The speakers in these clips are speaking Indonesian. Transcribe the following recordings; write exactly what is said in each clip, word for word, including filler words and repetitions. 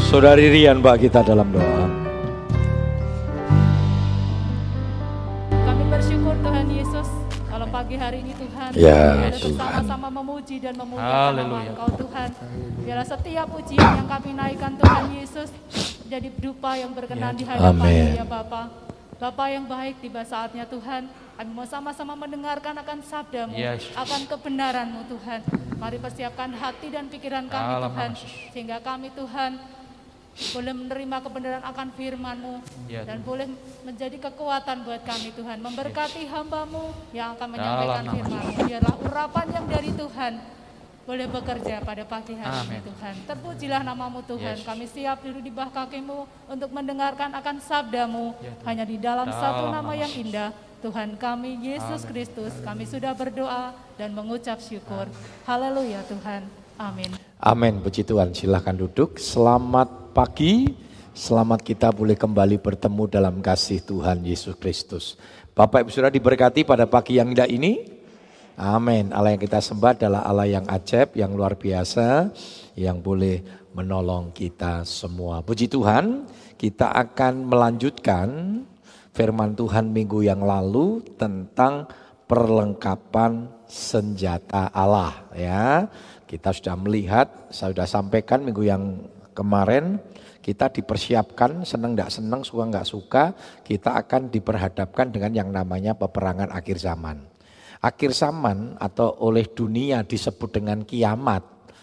Saudari Rian, Mbak, kita dalam doa. Kami bersyukur Tuhan Yesus, kalau pagi hari ini Tuhan, Ya, boleh bersama-sama memuji dan memuliakan nama Engkau Tuhan. Biarlah setiap pujian yang kami naikkan Tuhan Yesus jadi dupa yang berkenan di hadapan-Mu ya Bapa. Bapa yang baik, tiba saatnya Tuhan, kami mau sama-sama mendengarkan akan sabda-Mu, yes, akan kebenaran-Mu Tuhan. Mari persiapkan hati dan pikiran kami Tuhan, sehingga kami Tuhan boleh menerima kebenaran akan firman-Mu, ya, dan boleh menjadi kekuatan buat kami Tuhan. Memberkati hamba-Mu yang akan menyampaikan firman-Mu. Biarlah urapan yang dari Tuhan boleh bekerja pada pagi hari ini Tuhan. Terpujilah nama-Mu Tuhan. Yes. Kami siap duduk di bawah kaki-Mu untuk mendengarkan akan sabda-Mu. Ya, hanya di dalam, dalam satu nama yang indah, Tuhan kami Yesus Kristus. Kami sudah berdoa dan mengucap syukur. Haleluya Tuhan. Amin. Amin. Puji Tuhan. Silahkan duduk. Selamat pagi. Selamat kita boleh kembali bertemu dalam kasih Tuhan Yesus Kristus. Bapak Ibu Saudara diberkati pada pagi yang indah ini. Amin. Allah yang kita sembah adalah Allah yang ajaib, yang luar biasa, yang boleh menolong kita semua. Puji Tuhan, kita akan melanjutkan firman Tuhan minggu yang lalu tentang perlengkapan senjata Allah. Ya, kita sudah melihat, saya sudah sampaikan minggu yang kemarin, kita dipersiapkan, senang tidak senang, suka nggak suka, kita akan diperhadapkan dengan yang namanya peperangan akhir zaman. Akhir zaman atau oleh dunia disebut dengan kiamat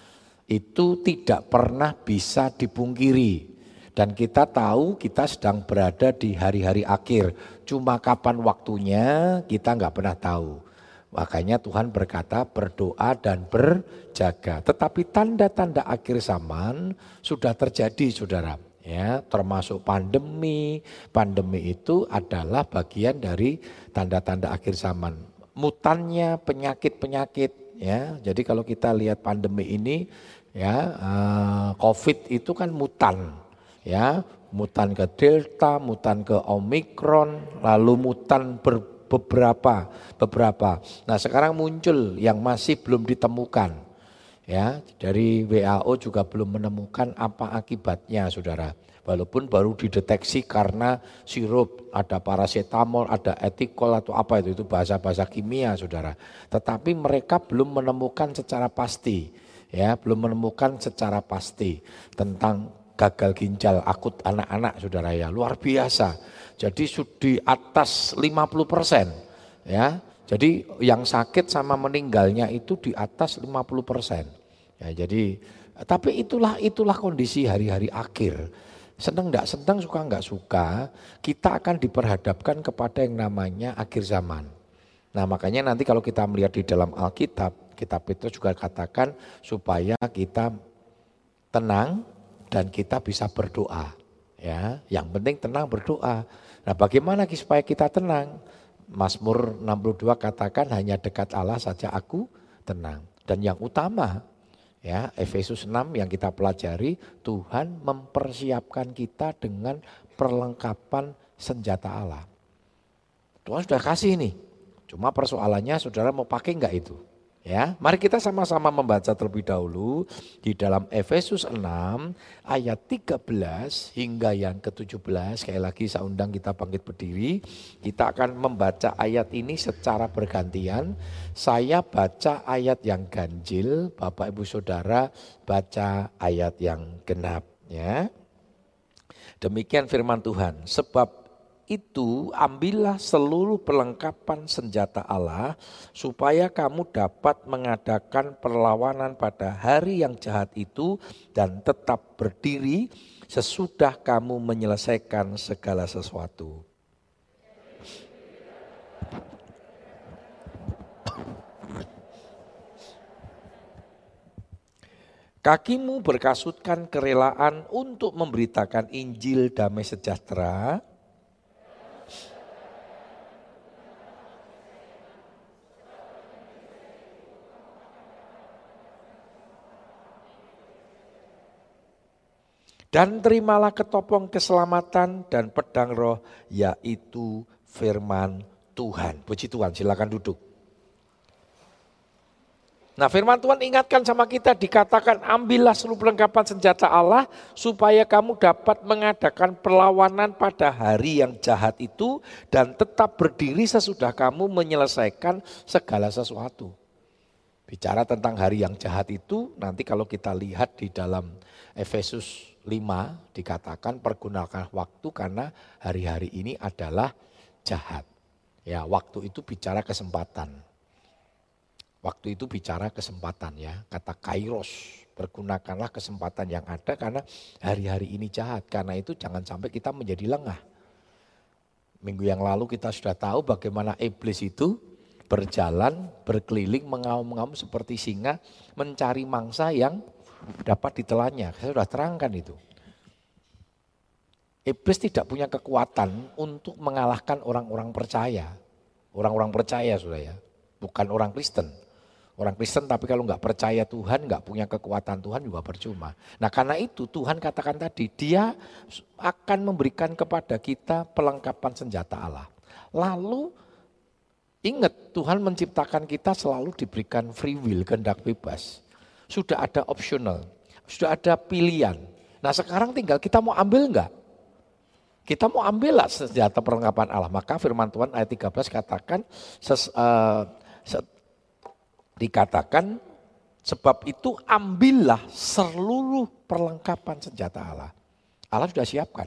itu tidak pernah bisa dipungkiri. Dan kita tahu kita sedang berada di hari-hari akhir. Cuma kapan waktunya kita nggak pernah tahu. Makanya Tuhan berkata berdoa dan berjaga. Tetapi tanda-tanda akhir zaman sudah terjadi saudara. Ya, termasuk pandemi. Pandemi itu adalah bagian dari tanda-tanda akhir zaman. Mutannya penyakit-penyakit ya. Jadi kalau kita lihat pandemi ini ya, uh, COVID itu kan mutan ya, mutan ke Delta, mutan ke Omikron, lalu mutan ber, beberapa beberapa. Nah, sekarang muncul yang masih belum ditemukan. Ya, dari W H O juga belum menemukan apa akibatnya saudara. Walaupun baru dideteksi karena sirup, ada paracetamol, ada etikol atau apa itu, itu bahasa-bahasa kimia saudara. Tetapi mereka belum menemukan secara pasti, ya, belum menemukan secara pasti tentang gagal ginjal akut anak-anak saudara ya, luar biasa. Jadi sudah di atas lima puluh persen, ya. Jadi yang sakit sama meninggalnya itu di atas lima puluh persen. Ya, jadi tapi itulah itulah kondisi hari-hari akhir. Senang enggak senang, suka enggak suka, kita akan diperhadapkan kepada yang namanya akhir zaman. Nah, makanya nanti kalau kita melihat di dalam Alkitab, kitab Petrus juga katakan supaya kita tenang dan kita bisa berdoa. Ya, yang penting tenang berdoa. Nah, bagaimana supaya kita tenang? Mazmur enam puluh dua katakan hanya dekat Allah saja aku tenang. Dan yang utama, ya, Efesus enam yang kita pelajari, Tuhan mempersiapkan kita dengan perlengkapan senjata Allah. Tuhan sudah kasih nih, cuma persoalannya saudara mau pakai enggak itu? Ya, mari kita sama-sama membaca terlebih dahulu di dalam Efesus enam ayat tiga belas hingga yang ke tujuh belas. Sekali lagi saya undang kita bangkit berdiri. Kita akan membaca ayat ini secara bergantian. Saya baca ayat yang ganjil, Bapak Ibu Saudara baca ayat yang genap. Ya. Demikian firman Tuhan, sebab itu ambillah seluruh perlengkapan senjata Allah supaya kamu dapat mengadakan perlawanan pada hari yang jahat itu dan tetap berdiri sesudah kamu menyelesaikan segala sesuatu. Kakimu berkasutkan kerelaan untuk memberitakan Injil damai sejahtera. Dan terimalah ketopong keselamatan dan pedang roh, yaitu firman Tuhan. Puji Tuhan, silakan duduk. Nah firman Tuhan ingatkan sama kita, dikatakan ambillah seluruh perlengkapan senjata Allah supaya kamu dapat mengadakan perlawanan pada hari yang jahat itu dan tetap berdiri sesudah kamu menyelesaikan segala sesuatu. Bicara tentang hari yang jahat itu, nanti kalau kita lihat di dalam Efesus lima dikatakan pergunakan waktu karena hari-hari ini adalah jahat. Ya, waktu itu bicara kesempatan. Waktu itu bicara kesempatan ya, kata kairos, pergunakanlah kesempatan yang ada karena hari-hari ini jahat. Karena itu jangan sampai kita menjadi lengah. Minggu yang lalu kita sudah tahu bagaimana iblis itu berjalan, berkeliling, mengaum-ngaum seperti singa, mencari mangsa yang dapat ditelannya. Saya sudah terangkan itu. Iblis tidak punya kekuatan untuk mengalahkan orang-orang percaya. Orang-orang percaya sudah ya, bukan orang Kristen. Orang Kristen tapi kalau nggak percaya Tuhan, nggak punya kekuatan Tuhan juga percuma. Nah karena itu Tuhan katakan tadi, dia akan memberikan kepada kita perlengkapan senjata Allah. Lalu ingat Tuhan menciptakan kita selalu diberikan free will, kehendak bebas. Sudah ada optional, sudah ada pilihan. Nah sekarang tinggal kita mau ambil enggak? Kita mau ambil lah senjata perlengkapan Allah. Maka firman Tuhan ayat tiga belas katakan, ses, uh, set, dikatakan sebab itu ambillah seluruh perlengkapan senjata Allah. Allah sudah siapkan.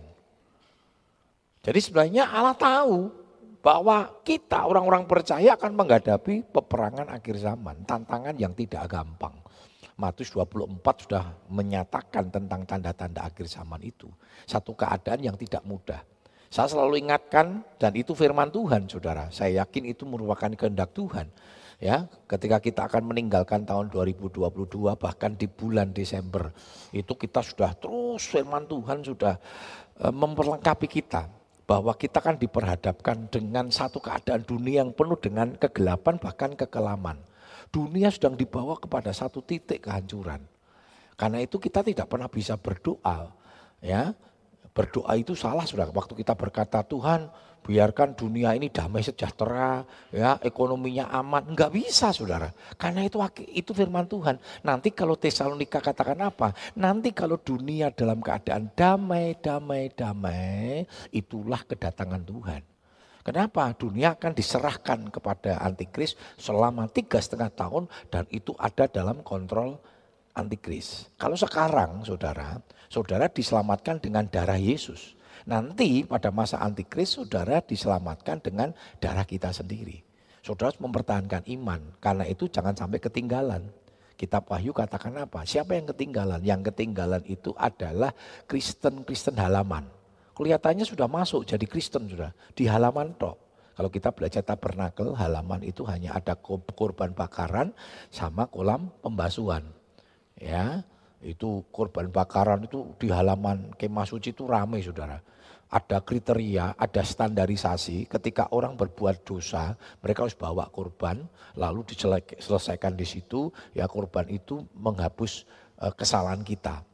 Jadi sebenarnya Allah tahu bahwa kita orang-orang percaya akan menghadapi peperangan akhir zaman, tantangan yang tidak gampang. Matius dua puluh empat sudah menyatakan tentang tanda-tanda akhir zaman itu. Satu keadaan yang tidak mudah. Saya selalu ingatkan dan itu firman Tuhan saudara. Saya yakin itu merupakan kehendak Tuhan. Ya, ketika kita akan meninggalkan tahun dua ribu dua puluh dua bahkan di bulan Desember itu kita sudah terus firman Tuhan sudah e, memperlengkapi kita. Bahwa kita kan diperhadapkan dengan satu keadaan dunia yang penuh dengan kegelapan bahkan kekelaman. Dunia sedang dibawa kepada satu titik kehancuran. Karena itu kita tidak pernah bisa berdoa. Ya, berdoa itu salah sudah. Waktu kita berkata Tuhan biarkan dunia ini damai sejahtera, ya ekonominya aman. Enggak bisa saudara. Karena itu itu firman Tuhan. Nanti kalau Tesalonika katakan apa? Nanti kalau dunia dalam keadaan damai, damai, damai, itulah kedatangan Tuhan. Kenapa? Dunia akan diserahkan kepada antikris selama tiga setengah tahun dan itu ada dalam kontrol antikris. Kalau sekarang saudara, saudara diselamatkan dengan darah Yesus. Nanti pada masa antikris saudara diselamatkan dengan darah kita sendiri. Saudara harus mempertahankan iman, karena itu jangan sampai ketinggalan. Kitab Wahyu katakan apa? Siapa yang ketinggalan? Yang ketinggalan itu adalah Kristen-Kristen halaman. Kelihatannya sudah masuk jadi Kristen sudah, di halaman tok. Kalau kita belajar tabernakel, halaman itu hanya ada korban bakaran sama kolam pembasuhan. Ya, itu korban bakaran itu di halaman kemah suci itu ramai saudara. Ada kriteria, ada standarisasi ketika orang berbuat dosa, mereka harus bawa korban, lalu diselesaikan di situ, ya korban itu menghapus uh, kesalahan kita.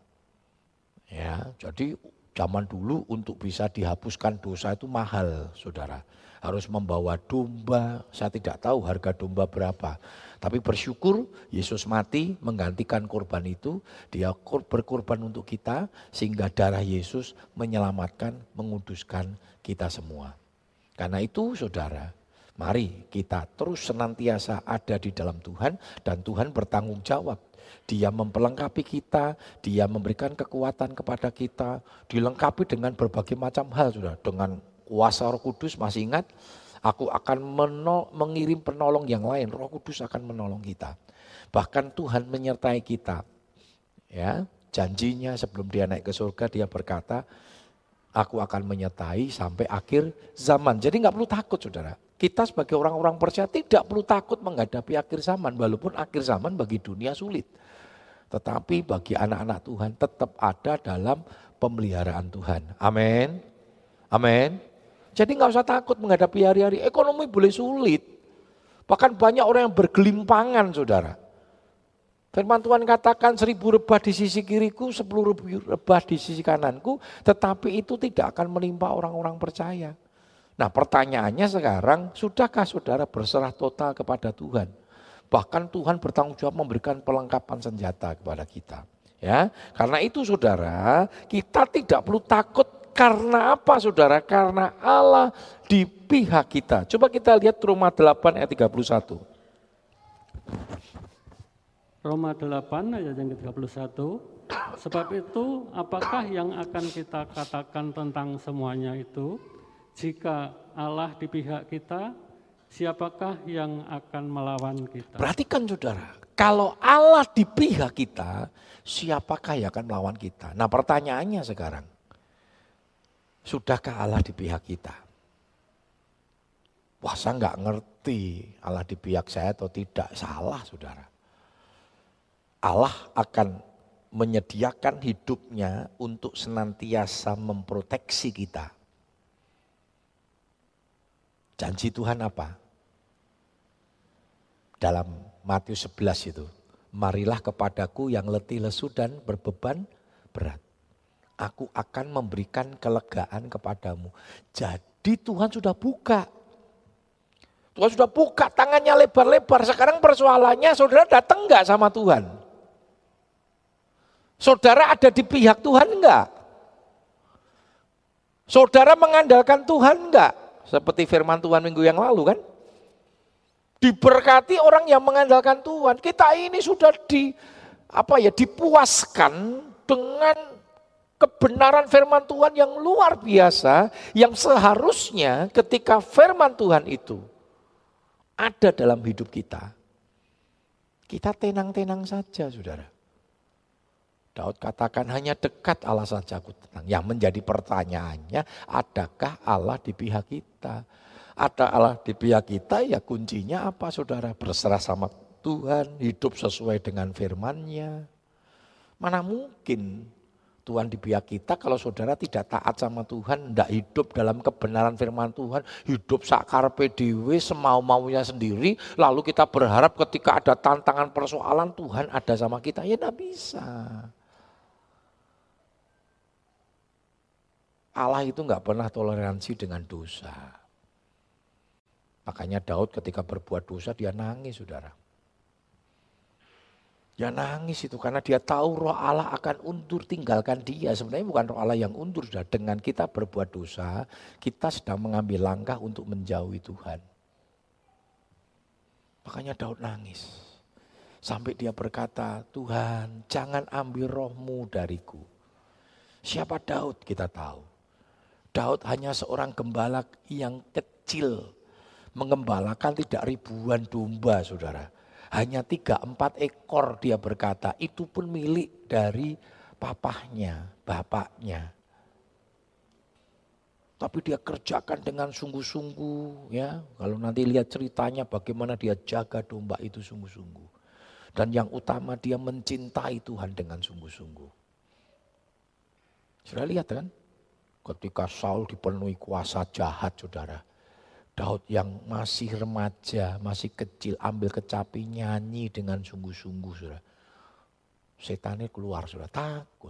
Ya, jadi zaman dulu untuk bisa dihapuskan dosa itu mahal saudara. Harus membawa domba, saya tidak tahu harga domba berapa. Tapi bersyukur Yesus mati menggantikan korban itu, dia berkorban untuk kita sehingga darah Yesus menyelamatkan, menguduskan kita semua. Karena itu saudara, mari kita terus senantiasa ada di dalam Tuhan dan Tuhan bertanggung jawab. Dia memperlengkapi kita, dia memberikan kekuatan kepada kita, dilengkapi dengan berbagai macam hal sudah, dengan kuasa Roh Kudus. Masih ingat? Aku akan menol, mengirim penolong yang lain. Roh Kudus akan menolong kita. Bahkan Tuhan menyertai kita. Ya, janjinya sebelum dia naik ke surga dia berkata, aku akan menyertai sampai akhir zaman. Jadi nggak perlu takut saudara. Kita sebagai orang-orang percaya tidak perlu takut menghadapi akhir zaman. Walaupun akhir zaman bagi dunia sulit. Tetapi bagi anak-anak Tuhan tetap ada dalam pemeliharaan Tuhan. Amin. Amin. Jadi nggak usah takut menghadapi hari-hari. Ekonomi boleh sulit. Bahkan banyak orang yang bergelimpangan saudara. Firman Tuhan katakan seribu rebah di sisi kiriku, sepuluh rebah di sisi kananku. Tetapi itu tidak akan menimpa orang-orang percaya. Nah pertanyaannya sekarang, sudahkah saudara berserah total kepada Tuhan? Bahkan Tuhan bertanggung jawab memberikan perlengkapan senjata kepada kita. Ya, karena itu saudara, kita tidak perlu takut. Karena apa saudara? Karena Allah di pihak kita. Coba kita lihat Roma delapan ayat tiga puluh satu. Roma delapan ayat yang ke tiga puluh satu. Sebab itu apakah yang akan kita katakan tentang semuanya itu? Jika Allah di pihak kita, siapakah yang akan melawan kita? Perhatikan saudara, kalau Allah di pihak kita, siapakah yang akan melawan kita? Nah pertanyaannya sekarang, sudahkah Allah di pihak kita? Wah saya nggak ngerti Allah di pihak saya atau tidak. Salah saudara. Allah akan menyediakan hidupnya untuk senantiasa memproteksi kita. Janji Tuhan apa? Dalam Matius sebelas itu, marilah kepadaku yang letih lesu dan berbeban berat. Aku akan memberikan kelegaan kepadamu. Jadi Tuhan sudah buka. Tuhan sudah buka tangannya lebar-lebar. Sekarang persoalannya saudara datang enggak sama Tuhan? Saudara ada di pihak Tuhan enggak? Saudara mengandalkan Tuhan enggak? Seperti firman Tuhan minggu yang lalu kan? Diberkati orang yang mengandalkan Tuhan. Kita ini sudah di apa ya dipuaskan dengan kebenaran firman Tuhan yang luar biasa, yang seharusnya ketika firman Tuhan itu ada dalam hidup kita, kita tenang-tenang saja saudara. Daud katakan hanya dekat Allah saja aku tenang. Yang menjadi pertanyaannya, adakah Allah di pihak kita? Ada Allah di pihak kita, ya kuncinya apa saudara? Berserah sama Tuhan, hidup sesuai dengan firman-Nya. Mana mungkin Tuhan di pihak kita kalau saudara tidak taat sama Tuhan, tidak hidup dalam kebenaran firman Tuhan, hidup sakarpe dewe, semau-maunya sendiri, lalu kita berharap ketika ada tantangan persoalan Tuhan ada sama kita, ya tidak bisa. Allah itu enggak pernah toleransi dengan dosa. Makanya Daud ketika berbuat dosa dia nangis saudara. Dia nangis itu karena dia tahu roh Allah akan undur tinggalkan dia. Sebenarnya bukan roh Allah yang undur sudah. Dengan kita berbuat dosa, kita sedang mengambil langkah untuk menjauhi Tuhan. Makanya Daud nangis. Sampai dia berkata, Tuhan jangan ambil rohmu dariku. Siapa Daud kita tahu. Daud hanya seorang gembala yang kecil, mengembalakan tidak ribuan domba saudara. Hanya tiga empat ekor dia berkata, itu pun milik dari papahnya, bapaknya. Tapi dia kerjakan dengan sungguh-sungguh ya. Kalau nanti lihat ceritanya bagaimana dia jaga domba itu sungguh-sungguh. Dan yang utama dia mencintai Tuhan dengan sungguh-sungguh. Sudah lihat kan? Ketika Saul dipenuhi kuasa jahat saudara. Daud yang masih remaja, masih kecil, ambil kecapi nyanyi dengan sungguh-sungguh saudara. Setannya keluar saudara, takut.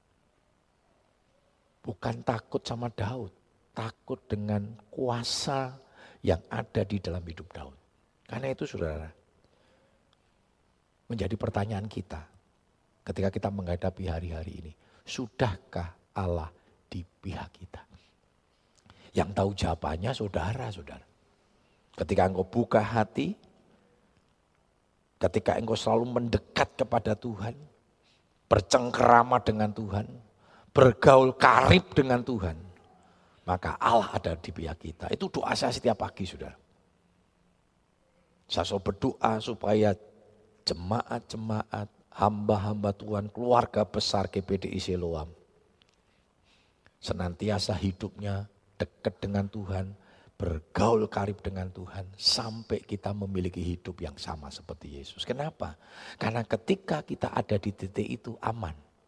Bukan takut sama Daud, takut dengan kuasa yang ada di dalam hidup Daud. Karena itu saudara, menjadi pertanyaan kita ketika kita menghadapi hari-hari ini. Sudahkah Allah di pihak kita? Yang tahu jawabannya saudara-saudara. Ketika engkau buka hati, ketika engkau selalu mendekat kepada Tuhan, bercengkerama dengan Tuhan, bergaul karib dengan Tuhan, maka Allah ada di pihak kita. Itu doa saya setiap pagi saudara. Saya selalu berdoa supaya jemaat-jemaat, hamba-hamba Tuhan, keluarga besar G P D I Siloam, senantiasa hidupnya dekat dengan Tuhan, bergaul karib dengan Tuhan, sampai kita memiliki hidup yang sama seperti Yesus. Kenapa? Karena ketika kita ada di titik itu aman.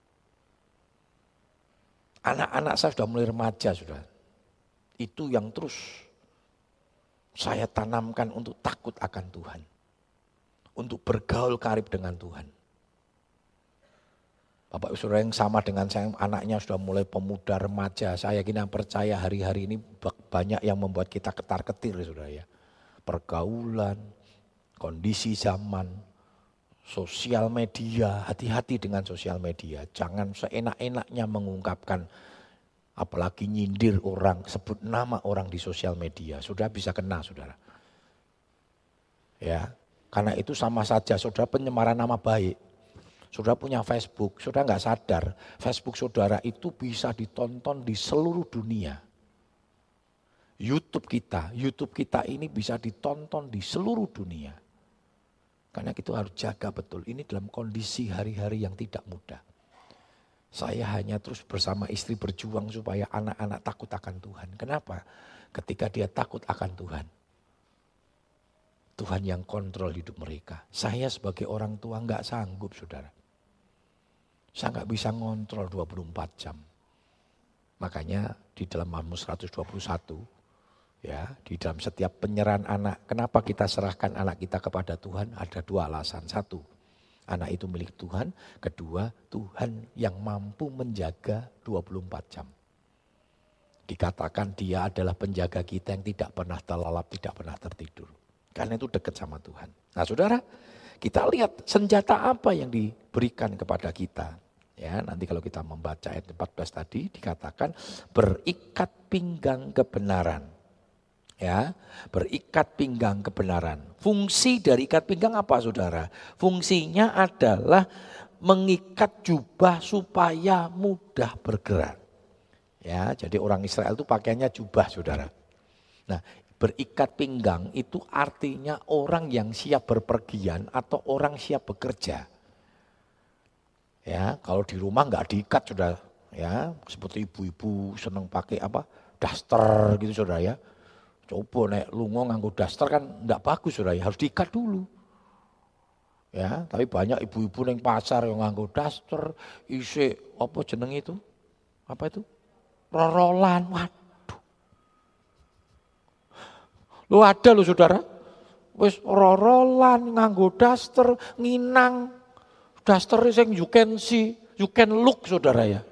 Anak-anak saya sudah mulai remaja sudah. Itu yang terus saya tanamkan untuk takut akan Tuhan. Untuk bergaul karib dengan Tuhan. Bapak saudara yang sama dengan saya, anaknya sudah mulai pemuda remaja. Saya yakin percaya hari-hari ini banyak yang membuat kita ketar-ketir saudara ya. Pergaulan, kondisi zaman, sosial media, hati-hati dengan sosial media. Jangan seenak-enaknya mengungkapkan, apalagi nyindir orang, sebut nama orang di sosial media. Sudah bisa kena, saudara. Ya, karena itu sama saja saudara penyemaran nama baik. Saudara punya Facebook, saudara nggak sadar, Facebook saudara itu bisa ditonton di seluruh dunia. YouTube kita, YouTube kita ini bisa ditonton di seluruh dunia. Karena itu harus jaga betul. Ini dalam kondisi hari-hari yang tidak mudah. Saya hanya terus bersama istri berjuang supaya anak-anak takut akan Tuhan. Kenapa? Ketika dia takut akan Tuhan, Tuhan yang kontrol hidup mereka. Saya sebagai orang tua nggak sanggup, saudara. Saya nggak bisa ngontrol dua puluh empat jam. Makanya di dalam Mazmur seratus dua puluh satu, ya, di dalam setiap penyerahan anak, kenapa kita serahkan anak kita kepada Tuhan? Ada dua alasan. Satu, anak itu milik Tuhan. Kedua, Tuhan yang mampu menjaga dua puluh empat jam. Dikatakan dia adalah penjaga kita yang tidak pernah terlelap, tidak pernah tertidur. Karena itu dekat sama Tuhan. Nah saudara, kita lihat senjata apa yang diberikan kepada kita. Ya, nanti kalau kita membaca ayat empat belas tadi dikatakan berikat pinggang kebenaran. Ya, berikat pinggang kebenaran. Fungsi dari ikat pinggang apa saudara? Fungsinya adalah mengikat jubah supaya mudah bergerak. Ya, jadi orang Israel itu pakaiannya jubah saudara. Nah, berikat pinggang itu artinya orang yang siap berpergian atau orang siap bekerja. Ya, kalau di rumah nggak diikat sudah, ya seperti ibu-ibu seneng pakai apa daster gitu saudara ya. Coba nek lungo nganggo daster kan nggak bagus saudara ya, harus diikat dulu. Ya, tapi banyak ibu-ibu neng pasar yang nganggo daster, isi apa jeneng itu? Apa itu? Rorolan, waduh. Lu ada lu saudara, wis rorolan nganggo daster, nginang. Daster yang you can see, you can look saudara ya.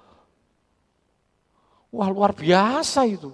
Wah luar biasa itu.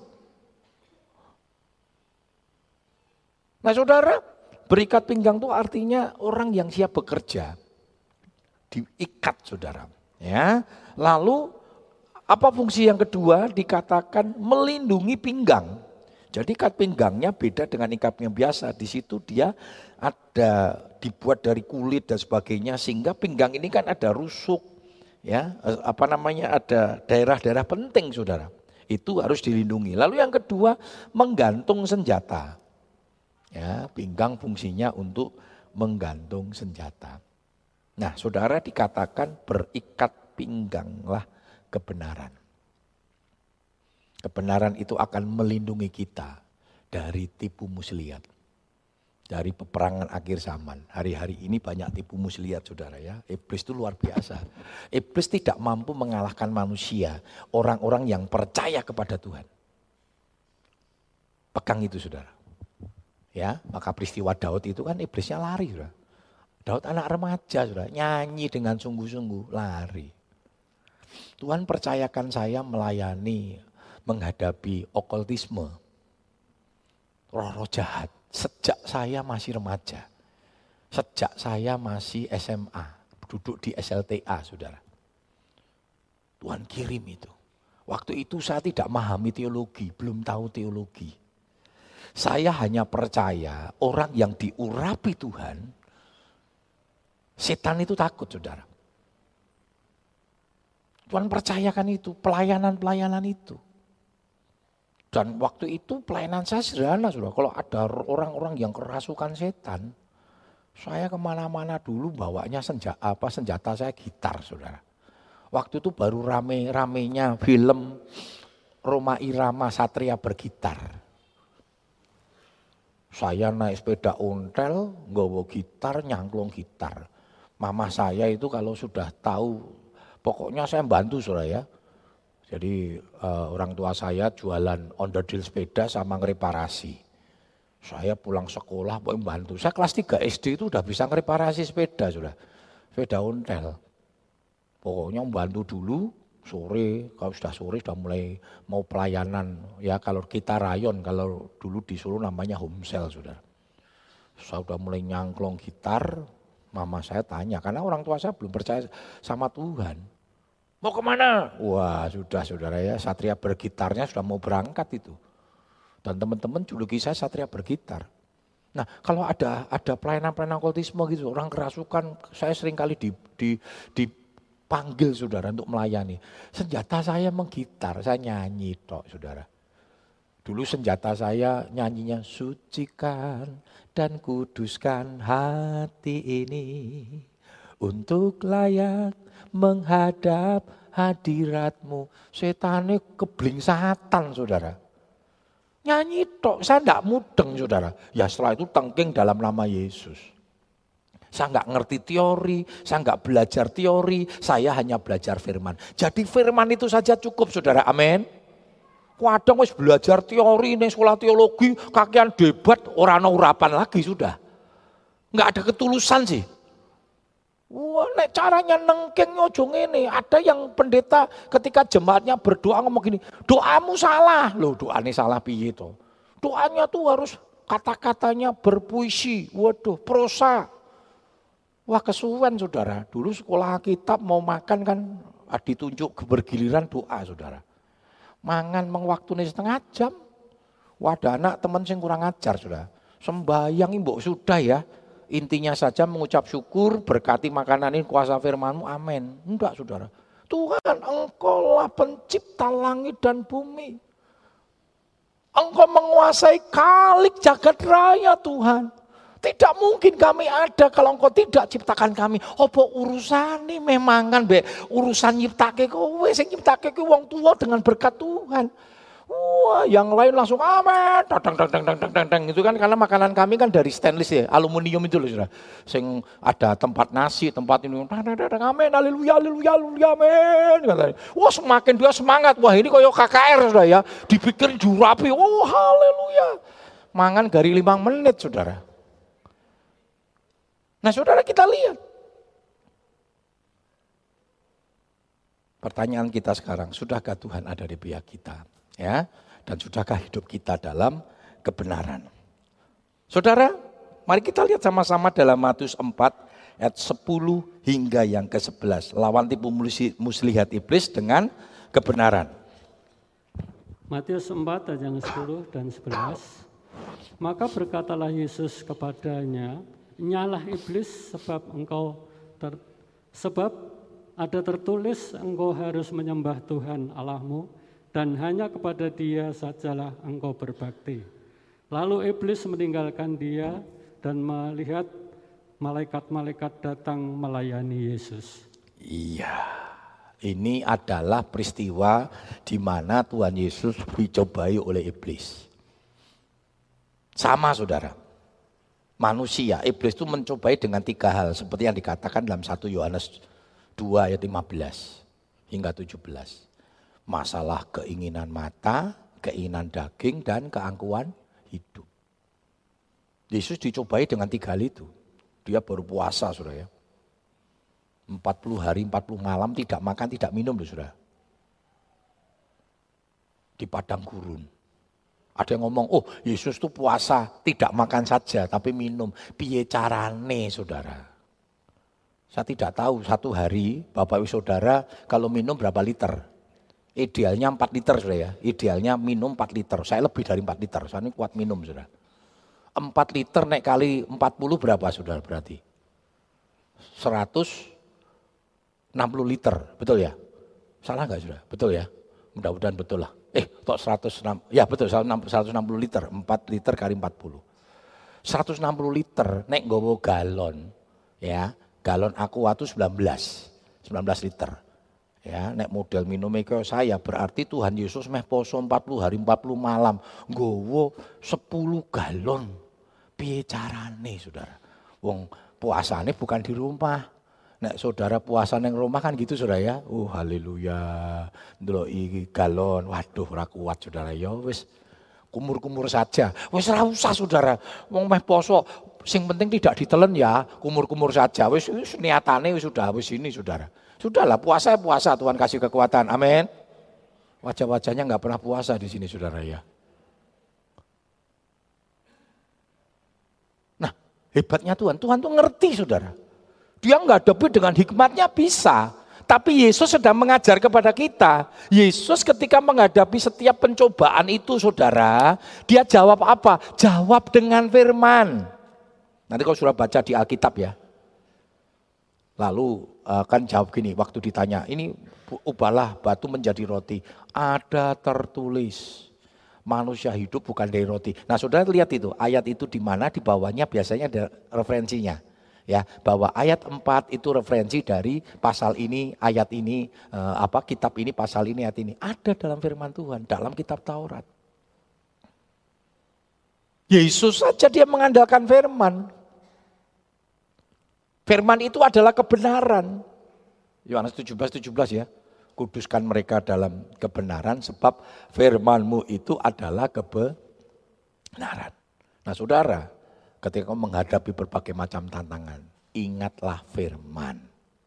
Nah saudara, berikat pinggang itu artinya orang yang siap bekerja. Diikat saudara. Ya. Lalu apa fungsi yang kedua? Dikatakan melindungi pinggang. Jadi ikat pinggangnya beda dengan ikat yang biasa. Di situ dia ada dibuat dari kulit dan sebagainya sehingga pinggang ini kan ada rusuk, ya apa namanya ada daerah-daerah penting saudara. Itu harus dilindungi. Lalu yang kedua menggantung senjata. Ya, pinggang fungsinya untuk menggantung senjata. Nah, saudara dikatakan berikat pingganglah kebenaran. Kebenaran itu akan melindungi kita dari tipu muslihat. Dari peperangan akhir zaman. Hari-hari ini banyak tipu muslihat saudara ya. Iblis itu luar biasa. Iblis tidak mampu mengalahkan manusia. Orang-orang yang percaya kepada Tuhan. Pegang itu saudara. Ya, maka peristiwa Daud itu kan iblisnya lari saudara. Daud anak remaja saudara. Nyanyi dengan sungguh-sungguh lari. Tuhan percayakan saya melayani, menghadapi okultisme, roh-roh jahat. Sejak saya masih remaja, sejak saya masih S M A, duduk di S L T A saudara. Tuhan kirim itu. Waktu itu saya tidak memahami teologi, belum tahu teologi. Saya hanya percaya orang yang diurapi Tuhan, setan itu takut saudara. Tuhan percayakan itu, pelayanan-pelayanan itu. Dan waktu itu pelayanan saya sederhana saudara. Kalau ada orang-orang yang kerasukan setan, saya kemana-mana dulu bawanya senjata, apa, senjata saya gitar saudara. Waktu itu baru rame-ramenya film Roma Irama Satria bergitar. Saya naik sepeda ontel, nggawa gitar, nyangklong gitar. Mama saya itu kalau sudah tahu, pokoknya saya bantu saudara ya. Jadi uh, orang tua saya jualan onderdil sepeda sama ngereparasi. Saya pulang sekolah mau membantu. Saya kelas tiga S D itu udah bisa ngereparasi sepeda sudah. Sepeda ontel. Pokoknya membantu dulu, sore, kalau sudah sore sudah mulai mau pelayanan. Ya kalau kita rayon, kalau dulu di Solo namanya homesel sudah. Saya udah mulai nyangklong gitar, mama saya tanya, karena orang tua saya belum percaya sama Tuhan. Mau kemana? Wah sudah saudara ya, Satria Bergitarnya sudah mau berangkat itu. Dan teman-teman juluki saya Satria Bergitar. Nah kalau ada ada pelayanan-pelayanan okultisme gitu, orang kerasukan, saya sering kali di, di, dipanggil saudara untuk melayani. Senjata saya menggitar, saya nyanyi tok saudara. Dulu senjata saya nyanyinya sucikan dan kuduskan hati ini untuk layak menghadap hadiratmu. Setane kebling satan saudara. Nyanyi tok, saya enggak mudeng saudara. Ya setelah itu tengking dalam nama Yesus. Saya enggak ngerti teori, saya enggak belajar teori, saya hanya belajar firman. Jadi firman itu saja cukup saudara, amin. Kadang wis belajar teori nih sekolah teologi, kakean debat, orang urapan lagi sudah. Enggak ada ketulusan sih. Wah, nek caranya nengking ojo ngene. Ada yang pendeta ketika jemaatnya berdoa ngomong gini, doamu salah. Loh, doanya salah piye to? Doanya tuh harus kata-katanya berpuisi. Waduh, prosa. Wah, kesuwen saudara. Dulu sekolah kitab mau makan kan ditunjuk bergiliran doa saudara. Mangan mengwaktune setengah jam. Wadah anak teman sing kurang ajar sudah. Sembayang mbok sudah ya. Intinya saja mengucap syukur, berkati makanan ini kuasa firman-Mu, amin. Enggak saudara. Tuhan Engkau lah pencipta langit dan bumi. Engkau menguasai kalik jagat raya Tuhan. Tidak mungkin kami ada kalau Engkau tidak ciptakan kami. Apa urusan ini memang kan be urusan nyiptake kowe sing nyiptake kowe wong tua dengan berkat Tuhan. Wah, yang lain langsung amin. Dang dang dang dang dang dang itu kan karena makanan kami kan dari stainless ya, aluminium itu loh Saudara. Sing ada tempat nasi, tempat ini. Amin, haleluya, haleluya, haleluya, amin. Wah, semakin dia semangat. Wah, ini koyo K K R Saudara ya. Dipikir jurapi. Oh, haleluya. Mangan gari limang menit Saudara. Nah saudara kita lihat. Pertanyaan kita sekarang, sudahkah Tuhan ada di pihak kita? Ya, dan sudahkah hidup kita dalam kebenaran? Saudara, mari kita lihat sama-sama dalam Matius empat ayat sepuluh hingga yang ke sebelas. Lawan tipu muslihat iblis dengan kebenaran. Matius empat ayat yang sepuluh dan sebelas. Maka berkatalah Yesus kepadanya, nyalah iblis sebab engkau ter, sebab ada tertulis engkau harus menyembah Tuhan Allahmu dan hanya kepada Dia sajalah engkau berbakti. Lalu iblis meninggalkan dia dan melihat malaikat-malaikat datang melayani Yesus. Iya, ini adalah peristiwa di mana Tuhan Yesus dicobai oleh iblis. Sama saudara. Manusia, iblis itu mencobai dengan tiga hal seperti yang dikatakan dalam satu Yohanes dua ayat lima belas hingga tujuh belas. Masalah keinginan mata, keinginan daging dan keangkuhan hidup. Yesus dicobai dengan tiga hal itu. Dia baru puasa Saudara ya. empat puluh hari, empat puluh malam tidak makan, tidak minum loh Saudara. Di padang gurun. Ada yang ngomong, oh Yesus itu puasa, tidak makan saja, tapi minum. Piye carane saudara? Saya tidak tahu satu hari, Bapak Ibu Saudara, kalau minum berapa liter? Idealnya empat liter saudara ya, idealnya minum empat liter. Saya lebih dari empat liter, saya ini kuat minum saudara. empat liter naik kali empat puluh berapa saudara berarti? seratus enam puluh liter, betul ya? Salah enggak saudara? Betul ya? Mudah-mudahan betul lah. Eh, kok seratus enam, ya betul, seratus enam puluh liter, empat liter kali empat puluh. seratus enam puluh liter, nek nggawa galon, ya, galon Aqua itu sembilan belas, sembilan belas liter. Ya, nek model minumnya kayak saya, berarti Tuhan Yesus meh poso empat puluh hari, empat puluh malam, nggawa sepuluh galon. Piye carane, saudara? Wong puasane bukan di rumah. Nek saudara puasa neng rumah kan gitu saudara ya. Oh haleluya. Ndeloki galon. Waduh ora kuat saudara ya wis kumur-kumur saja. Wis ora usah saudara. Wong meh poso sing penting tidak ditelen ya, kumur-kumur saja. Wis wis niatane wis sudah wis ini saudara. Sudahlah puasa puasa Tuhan kasih kekuatan. Amin. Wajah-wajahnya enggak pernah puasa di sini saudara ya. Nah, Hebatnya Tuhan, Tuhan tuh ngerti saudara. Dia menghadapi dengan hikmatnya bisa. Tapi Yesus sedang mengajar kepada kita. Yesus ketika menghadapi setiap pencobaan itu saudara, dia jawab apa? Jawab dengan firman. Nanti kalau sudah baca di Alkitab ya. Lalu kan jawab gini, waktu ditanya, ini ubahlah batu menjadi roti. Ada tertulis, manusia hidup bukan dari roti. Nah saudara lihat itu, ayat itu di mana, di bawahnya biasanya ada referensinya. Ya, bahwa ayat empat itu referensi dari pasal ini, ayat ini, eh, apa kitab ini, pasal ini, ayat ini. Ada dalam firman Tuhan, dalam kitab Taurat. Yesus saja dia mengandalkan firman. Firman itu adalah kebenaran. Yohanes tujuh belas tujuh belas ya. Kuduskan mereka dalam kebenaran sebab firman-Mu itu adalah kebenaran. Nah saudara, ketika kau menghadapi berbagai macam tantangan, ingatlah firman.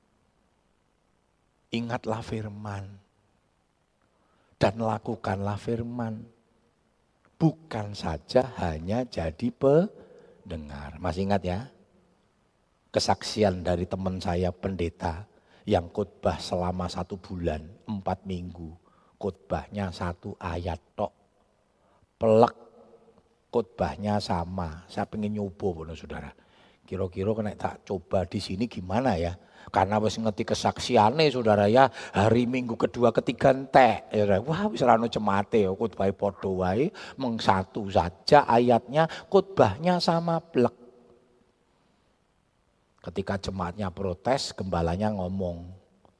Ingatlah firman. Dan lakukanlah firman. Bukan saja hanya jadi pendengar. Masih ingat ya? Kesaksian dari teman saya pendeta yang khotbah selama satu bulan, empat minggu. Khotbahnya satu ayat tok. Pelek. Khotbahnya sama, saya pengen nyoba bener saudara. Kira-kira kena tak coba di sini gimana ya? Karena wis ngerti kesaksiannya saudara ya, hari Minggu kedua ketiga entek. Ya, wah wis ra ono cemate ya khotbah padha wae, mung satu saja ayatnya, khotbahnya sama blek. Ketika jemaatnya protes, gembalanya ngomong.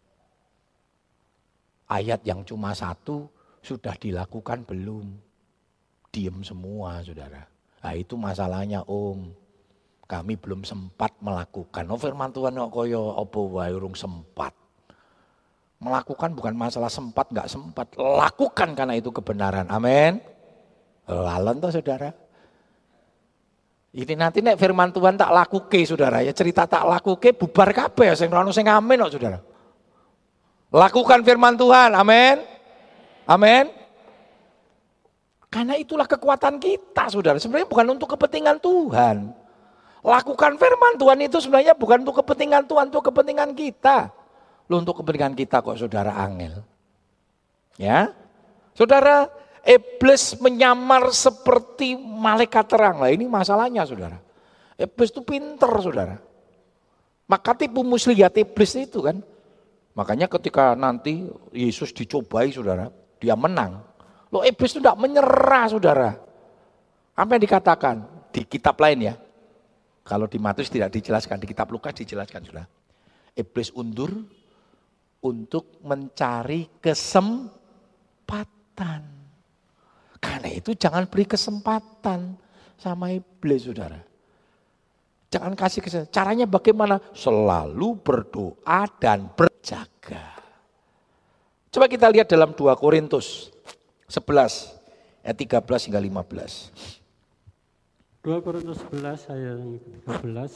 Ayat yang cuma satu sudah dilakukan belum? Diem semua saudara. Nah itu masalahnya om. Kami belum sempat melakukan. Oh firman Tuhan kok koyo apa wae urung sempat. Melakukan bukan masalah sempat enggak sempat. Lakukan karena itu kebenaran. Amin. Lalon toh saudara. Ini nanti nek firman Tuhan tak lakuke saudara ya. Cerita tak lakuke bubar kabeh sing ora ono sing amin kok saudara. Lakukan firman Tuhan. Amin. Amin. Karena itulah kekuatan kita saudara. Sebenarnya bukan untuk kepentingan Tuhan. Lakukan firman Tuhan itu sebenarnya bukan untuk kepentingan Tuhan, untuk kepentingan kita. Loh untuk kepentingan kita kok saudara angel. Ya. Saudara, iblis menyamar seperti malaikat terang. Lah ini masalahnya saudara. Iblis itu pinter saudara. Maka tipu muslihat iblis itu kan. Makanya ketika nanti Yesus dicobai saudara, dia menang. Loh iblis itu tidak menyerah saudara. Apa yang dikatakan di kitab lain ya. Kalau di Matius tidak dijelaskan, di kitab Lukas dijelaskan saudara. Iblis undur untuk mencari kesempatan. Karena itu jangan beri kesempatan sama iblis saudara. Jangan kasih kesempatan. Caranya bagaimana? Selalu berdoa dan berjaga. Coba kita lihat dalam dua Korintus sebelas ayat tiga belas hingga lima belas. dua Korintus sebelas ayat tiga belas.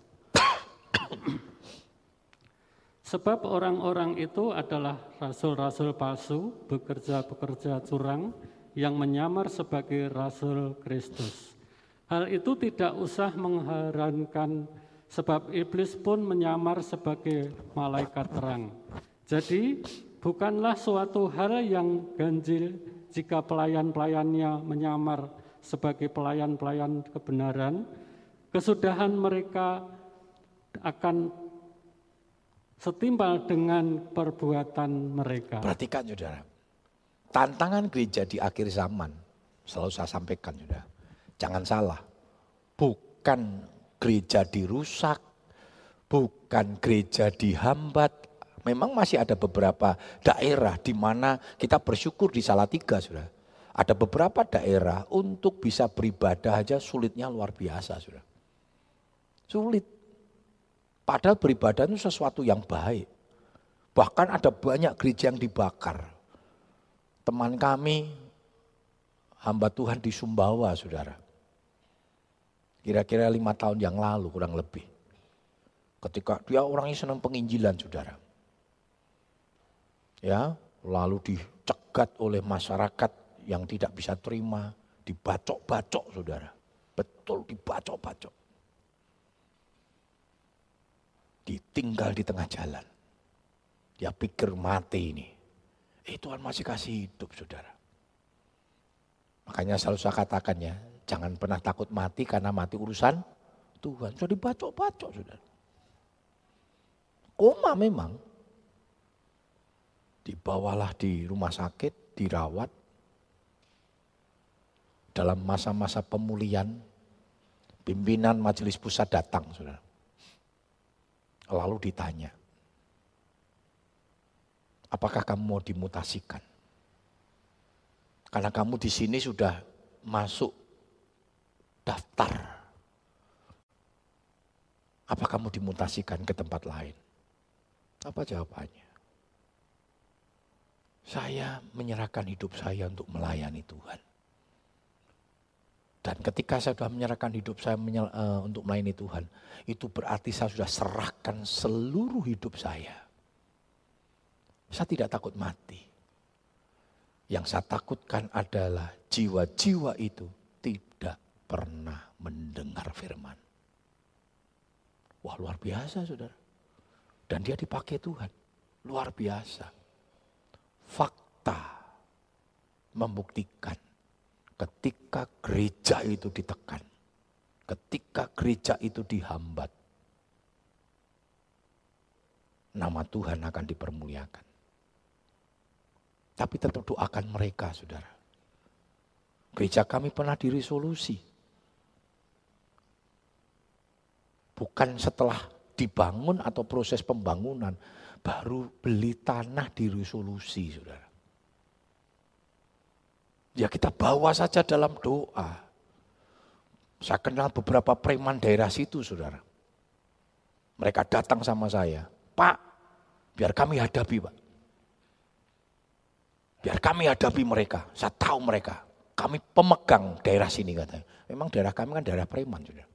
Sebab orang-orang itu adalah rasul-rasul palsu, bekerja-bekerja curang yang menyamar sebagai rasul Kristus. Hal itu tidak usah mengherankan sebab iblis pun menyamar sebagai malaikat terang. Jadi bukanlah suatu hal yang ganjil jika pelayan-pelayannya menyamar sebagai pelayan-pelayan kebenaran, kesudahan mereka akan setimpal dengan perbuatan mereka. Perhatikan saudara, tantangan gereja di akhir zaman, selalu saya sampaikan saudara, jangan salah, bukan gereja dirusak, bukan gereja dihambat. Memang masih ada beberapa daerah di mana kita bersyukur di Salatiga sudah. Ada beberapa daerah untuk bisa beribadah aja sulitnya luar biasa sudah. Sulit. Padahal beribadah itu sesuatu yang baik. Bahkan ada banyak gereja yang dibakar. Teman kami hamba Tuhan di Sumbawa saudara. Kira-kira lima tahun yang lalu kurang lebih. Ketika dia orangnya senang penginjilan saudara. Ya, lalu dicegat oleh masyarakat yang tidak bisa terima, dibacok-bacok saudara. Betul dibacok-bacok. Ditinggal di tengah jalan. Dia pikir mati ini. Eh Tuhan masih kasih hidup saudara. Makanya selalu saya katakan ya, jangan pernah takut mati karena mati urusan Tuhan. Sudah dibacok-bacok saudara. Koma memang. Dibawalah di rumah sakit, dirawat. Dalam masa-masa pemulihan, pimpinan majelis pusat datang saudara. Lalu ditanya, apakah kamu mau dimutasikan? Karena kamu di sini sudah masuk daftar. Apa kamu dimutasikan ke tempat lain? Apa jawabannya? Saya menyerahkan hidup saya untuk melayani Tuhan. Dan ketika saya sudah menyerahkan hidup saya menyel, uh, untuk melayani Tuhan, itu berarti saya sudah serahkan seluruh hidup saya. Saya tidak takut mati. Yang saya takutkan adalah jiwa-jiwa itu tidak pernah mendengar firman. Wah luar biasa saudara. Dan dia dipakai Tuhan. Luar biasa. Fakta membuktikan ketika gereja itu ditekan. Ketika gereja itu dihambat. Nama Tuhan akan dipermuliakan. Tapi tetap doakan mereka saudara. Gereja kami pernah diresolusi. Bukan setelah dibangun atau proses pembangunan. Baru beli tanah diresolusi saudara. Ya kita bawa saja dalam doa. Saya kenal beberapa preman daerah situ saudara. Mereka datang sama saya. Pak, biar kami hadapi Pak. Biar kami hadapi mereka, saya tahu mereka. Kami pemegang daerah sini katanya. Memang daerah kami kan daerah preman sudah.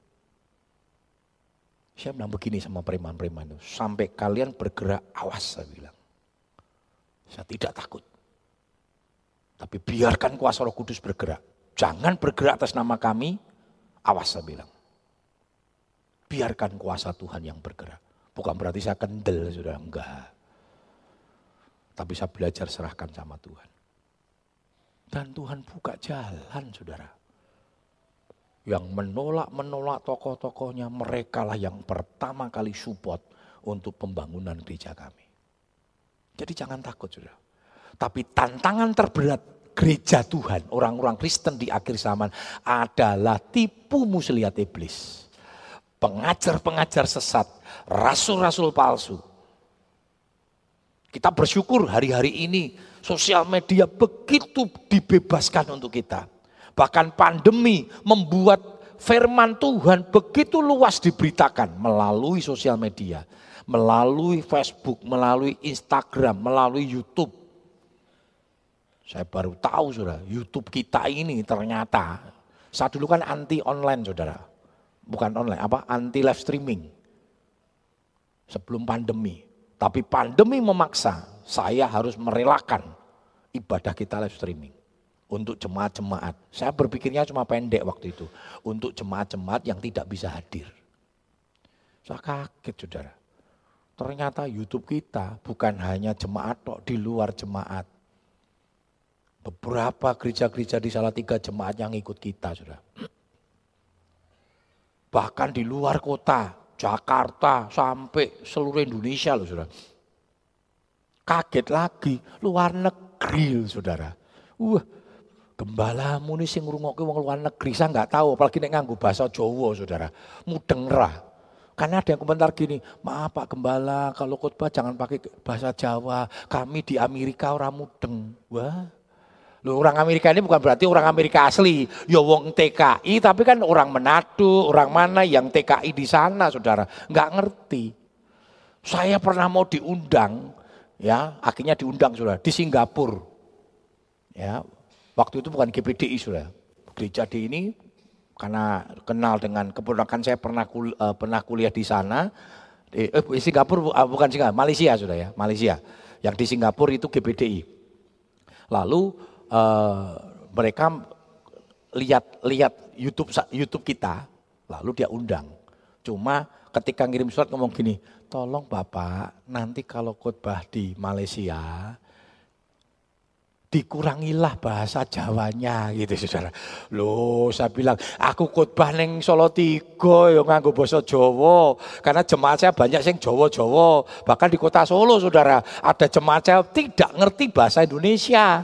Saya bilang begini sama preman-preman itu. Sampai kalian bergerak, awas saya bilang. Saya tidak takut. Tapi biarkan kuasa Roh Kudus bergerak. Jangan bergerak atas nama kami, awas saya bilang. Biarkan kuasa Tuhan yang bergerak. Bukan berarti saya kendel sudah, enggak. Tapi saya belajar serahkan sama Tuhan. Dan Tuhan buka jalan saudara. Yang menolak-menolak tokoh-tokohnya mereka lah yang pertama kali support untuk pembangunan gereja kami. Jadi jangan takut saudara. Tapi tantangan terberat gereja Tuhan, orang-orang Kristen di akhir zaman adalah tipu muslihat iblis. Pengajar-pengajar sesat, rasul-rasul palsu. Kita bersyukur hari-hari ini sosial media begitu dibebaskan untuk kita. Bahkan pandemi membuat firman Tuhan begitu luas diberitakan melalui sosial media. Melalui Facebook, melalui Instagram, melalui YouTube. Saya baru tahu saudara, YouTube kita ini ternyata. Saya dulu kan anti online saudara. Bukan online, apa? Anti live streaming. Sebelum pandemi. Tapi pandemi memaksa, saya harus merelakan ibadah kita live streaming. Untuk jemaat-jemaat. Saya berpikirnya cuma pendek waktu itu. Untuk jemaat-jemaat yang tidak bisa hadir. Saya kaget saudara. Ternyata YouTube kita bukan hanya jemaat kok, di luar jemaat. Beberapa gereja-gereja di Salatiga jemaat yang ikut kita saudara. Bahkan di luar kota. Jakarta sampai seluruh Indonesia loh saudara. Kaget lagi, luar negeri loh saudara. Wah, gembalamu nih sing ngrungokke wong luar negeri, saya nggak tahu apalagi nek nganggo bahasa Jawa saudara. Mudeng ra. Karena ada yang komentar gini, maaf Pak Gembala kalau khotbah jangan pakai bahasa Jawa, kami di Amerika orang mudeng. Wah. Loh, orang Amerika ini bukan berarti orang Amerika asli, ya wong T K I, tapi kan orang Manado, orang mana yang T K I di sana, saudara, nggak ngerti. Saya pernah mau diundang, ya, akhirnya diundang, saudara, di Singapura, ya, waktu itu bukan G P D I, saudara, gereja di ini, karena kenal dengan keponakan saya pernah kul, uh, pernah kuliah di sana, di eh, Singapura, uh, bukan Singapura, Malaysia, saudara, ya, Malaysia, yang di Singapura itu G P D I, lalu Uh, mereka lihat lihat YouTube YouTube kita, lalu dia undang. Cuma ketika ngirim surat ngomong gini, tolong Bapak nanti kalau khotbah di Malaysia, dikurangilah bahasa Jawanya gitu saudara. Loh saya bilang, aku khotbah neng Solo Tigo yang nganggo basa Jawa. Karena jemaat saya banyak yang Jawa-Jawa. Bahkan di kota Solo saudara, ada jemaat saya tidak ngerti bahasa Indonesia.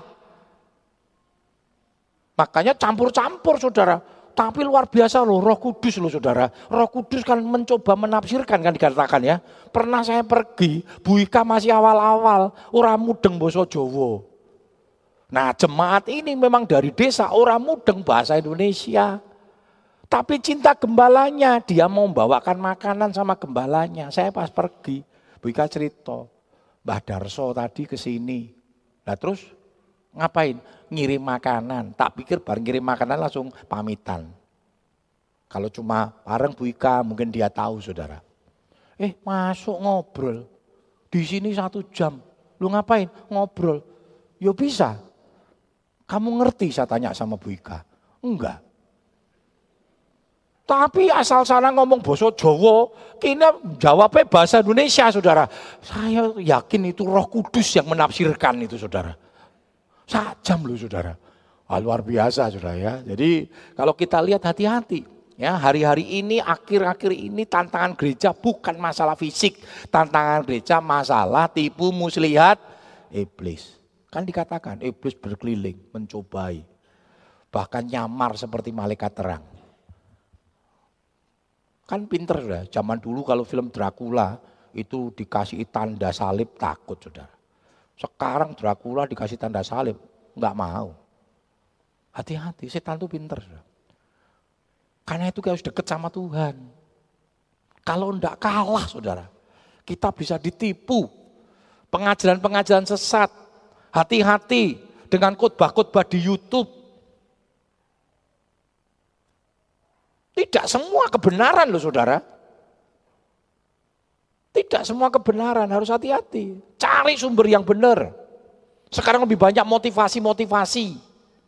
Makanya campur-campur saudara. Tapi luar biasa loh, Roh Kudus loh saudara. Roh Kudus kan mencoba menafsirkan kan dikatakan ya. Pernah saya pergi, Bu Ika masih awal-awal, ora mudeng basa Jawa. Nah jemaat ini memang dari desa, orang mudeng bahasa Indonesia. Tapi cinta gembalanya, dia mau membawakan makanan sama gembalanya. Saya pas pergi, Bu Ika cerita, Mbah Darso tadi ke sini. Nah terus ngapain? Ngirim makanan. Tak pikir bareng ngirim makanan langsung pamitan. Kalau cuma bareng Bu Ika mungkin dia tahu saudara. Eh masuk ngobrol. Di sini satu jam. Lu ngapain? Ngobrol. Yo bisa. Kamu ngerti saya tanya sama Bu Ika? Enggak. Tapi asal sana ngomong basa Jawa, kini jawabnya bahasa Indonesia saudara. Saya yakin itu Roh Kudus yang menafsirkan itu saudara. Sajam loh saudara. Ah, luar biasa saudara ya. Jadi kalau kita lihat hati-hati. Ya, hari-hari ini, akhir-akhir ini tantangan gereja bukan masalah fisik. Tantangan gereja masalah tipu muslihat iblis. Kan dikatakan iblis berkeliling, mencobai. Bahkan nyamar seperti malaikat terang. Kan pinter sudah, zaman dulu kalau film Dracula itu dikasih tanda salib takut saudara. Sekarang Dracula dikasih tanda salib, enggak mau. Hati-hati, setan itu pinter saudara. Karena itu kita harus dekat sama Tuhan. Kalau enggak kalah saudara, kita bisa ditipu. Pengajaran-pengajaran sesat. Hati-hati dengan khotbah-khotbah di YouTube. Tidak semua kebenaran loh saudara. Tidak semua kebenaran, harus hati-hati. Cari sumber yang benar. Sekarang lebih banyak motivasi-motivasi.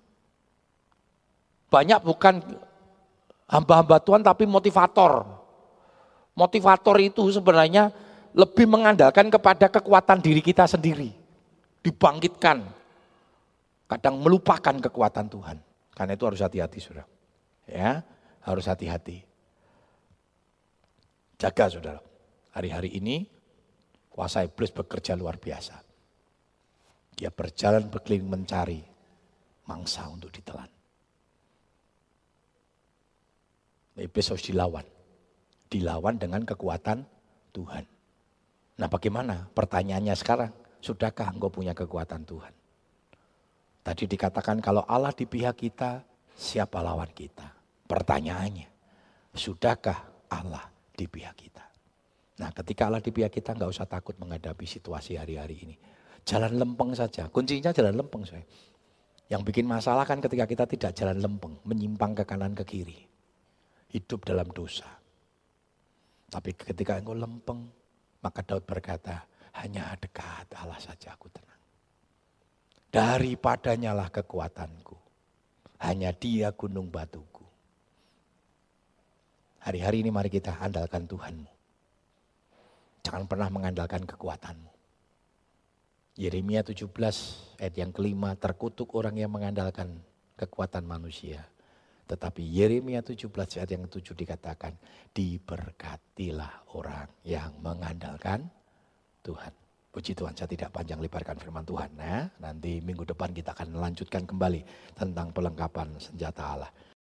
Banyak bukan hamba-hamba Tuhan tapi motivator. Motivator itu sebenarnya lebih mengandalkan kepada kekuatan diri kita sendiri. Dibangkitkan, kadang melupakan kekuatan Tuhan. Karena itu harus hati-hati saudara. Ya, harus hati-hati. Jaga saudara. Hari-hari ini kuasa iblis bekerja luar biasa. Dia berjalan berkeliling mencari mangsa untuk ditelan. Iblis harus dilawan. Dilawan dengan kekuatan Tuhan. Nah bagaimana? Pertanyaannya sekarang. Sudahkah engkau punya kekuatan Tuhan? Tadi dikatakan kalau Allah di pihak kita, siapa lawan kita? Pertanyaannya, sudahkah Allah di pihak kita? Nah ketika Allah di pihak kita, enggak usah takut menghadapi situasi hari-hari ini. Jalan lempeng saja, kuncinya jalan lempeng saya. Yang bikin masalah kan ketika kita tidak jalan lempeng, menyimpang ke kanan ke kiri. Hidup dalam dosa. Tapi ketika engkau lempeng, maka Daud berkata, hanya dekat Allah saja aku tenang. Daripadanya lah kekuatanku. Hanya dia gunung batuku. Hari-hari ini mari kita andalkan Tuhanmu. Jangan pernah mengandalkan kekuatanmu. Yeremia tujuh belas ayat yang kelima, terkutuk orang yang mengandalkan kekuatan manusia. Tetapi Yeremia tujuh belas ayat yang ketujuh dikatakan, diberkatilah orang yang mengandalkan Tuhan. Puji Tuhan, saya tidak panjang lebarkan firman Tuhan. Nah, nanti minggu depan kita akan melanjutkan kembali tentang pelengkapan senjata Allah.